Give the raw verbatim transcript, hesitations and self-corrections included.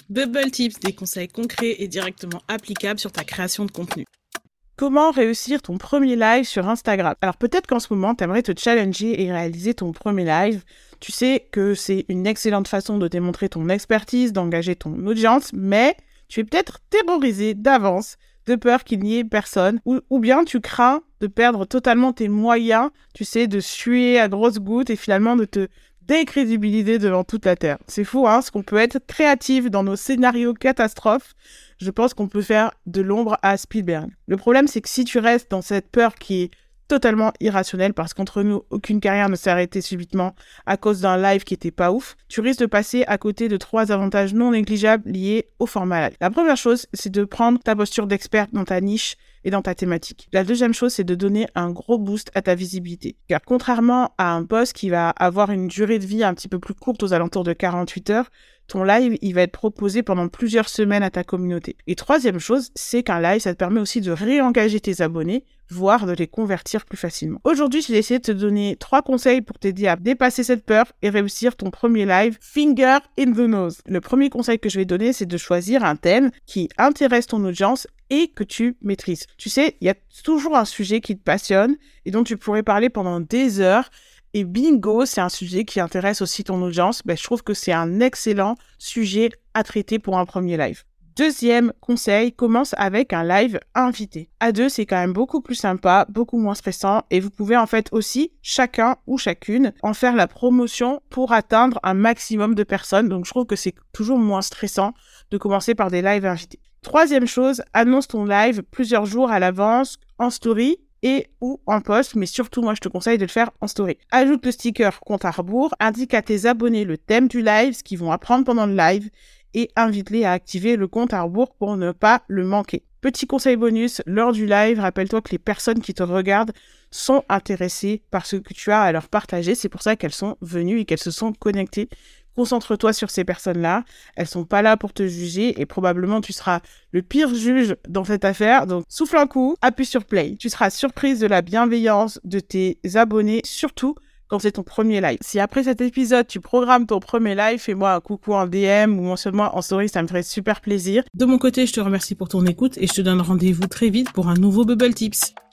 Bubble Tips, des conseils concrets et directement applicables sur ta création de contenu. Comment réussir ton premier live sur Instagram ? Alors peut-être qu'en ce moment, tu aimerais te challenger et réaliser ton premier live. Tu sais que c'est une excellente façon de démontrer ton expertise, d'engager ton audience, mais tu es peut-être terrorisé d'avance de peur qu'il n'y ait personne, ou, ou bien tu crains de perdre totalement tes moyens, tu sais, de suer à grosses gouttes et finalement de te décrédibiliser devant toute la Terre. C'est fou, hein, ce qu'on peut être créatif dans nos scénarios catastrophes. Je pense qu'on peut faire de l'ombre à Spielberg. Le problème, c'est que si tu restes dans cette peur qui est totalement irrationnelle, parce qu'entre nous, aucune carrière ne s'est arrêtée subitement à cause d'un live qui était pas ouf, tu risques de passer à côté de trois avantages non négligeables liés au format live. La première chose, c'est de prendre ta posture d'expert dans ta niche et dans ta thématique. La deuxième chose, c'est de donner un gros boost à ta visibilité. Car contrairement à un post qui va avoir une durée de vie un petit peu plus courte aux alentours de quarante-huit heures, ton live, il va être proposé pendant plusieurs semaines à ta communauté. Et troisième chose, c'est qu'un live, ça te permet aussi de réengager tes abonnés, voire de les convertir plus facilement. Aujourd'hui, j'ai essayé de te donner trois conseils pour t'aider à dépasser cette peur et réussir ton premier live finger in the nose. Le premier conseil que je vais donner, c'est de choisir un thème qui intéresse ton audience et que tu maîtrises. Tu sais, il y a toujours un sujet qui te passionne et dont tu pourrais parler pendant des heures. Et bingo, c'est un sujet qui intéresse aussi ton audience. Ben, je trouve que c'est un excellent sujet à traiter pour un premier live. Deuxième conseil, commence avec un live invité. À deux, c'est quand même beaucoup plus sympa, beaucoup moins stressant et vous pouvez en fait aussi, chacun ou chacune, en faire la promotion pour atteindre un maximum de personnes. Donc je trouve que c'est toujours moins stressant de commencer par des lives invités. Troisième chose, annonce ton live plusieurs jours à l'avance en story et ou en post, mais surtout, moi, je te conseille de le faire en story. Ajoute le sticker compte à rebours, indique à tes abonnés le thème du live, ce qu'ils vont apprendre pendant le live, et invite-les à activer le compte à rebours pour ne pas le manquer. Petit conseil bonus, lors du live, rappelle-toi que les personnes qui te regardent sont intéressées par ce que tu as à leur partager. C'est pour ça qu'elles sont venues et qu'elles se sont connectées. Concentre-toi sur ces personnes-là. Elles sont pas là pour te juger et probablement tu seras le pire juge dans cette affaire. Donc, souffle un coup, appuie sur play. Tu seras surprise de la bienveillance de tes abonnés, surtout quand c'est ton premier live. Si après cet épisode, tu programmes ton premier live, fais-moi un coucou en D M ou mentionne-moi en story, ça me ferait super plaisir. De mon côté, je te remercie pour ton écoute et je te donne rendez-vous très vite pour un nouveau Bubble Tips.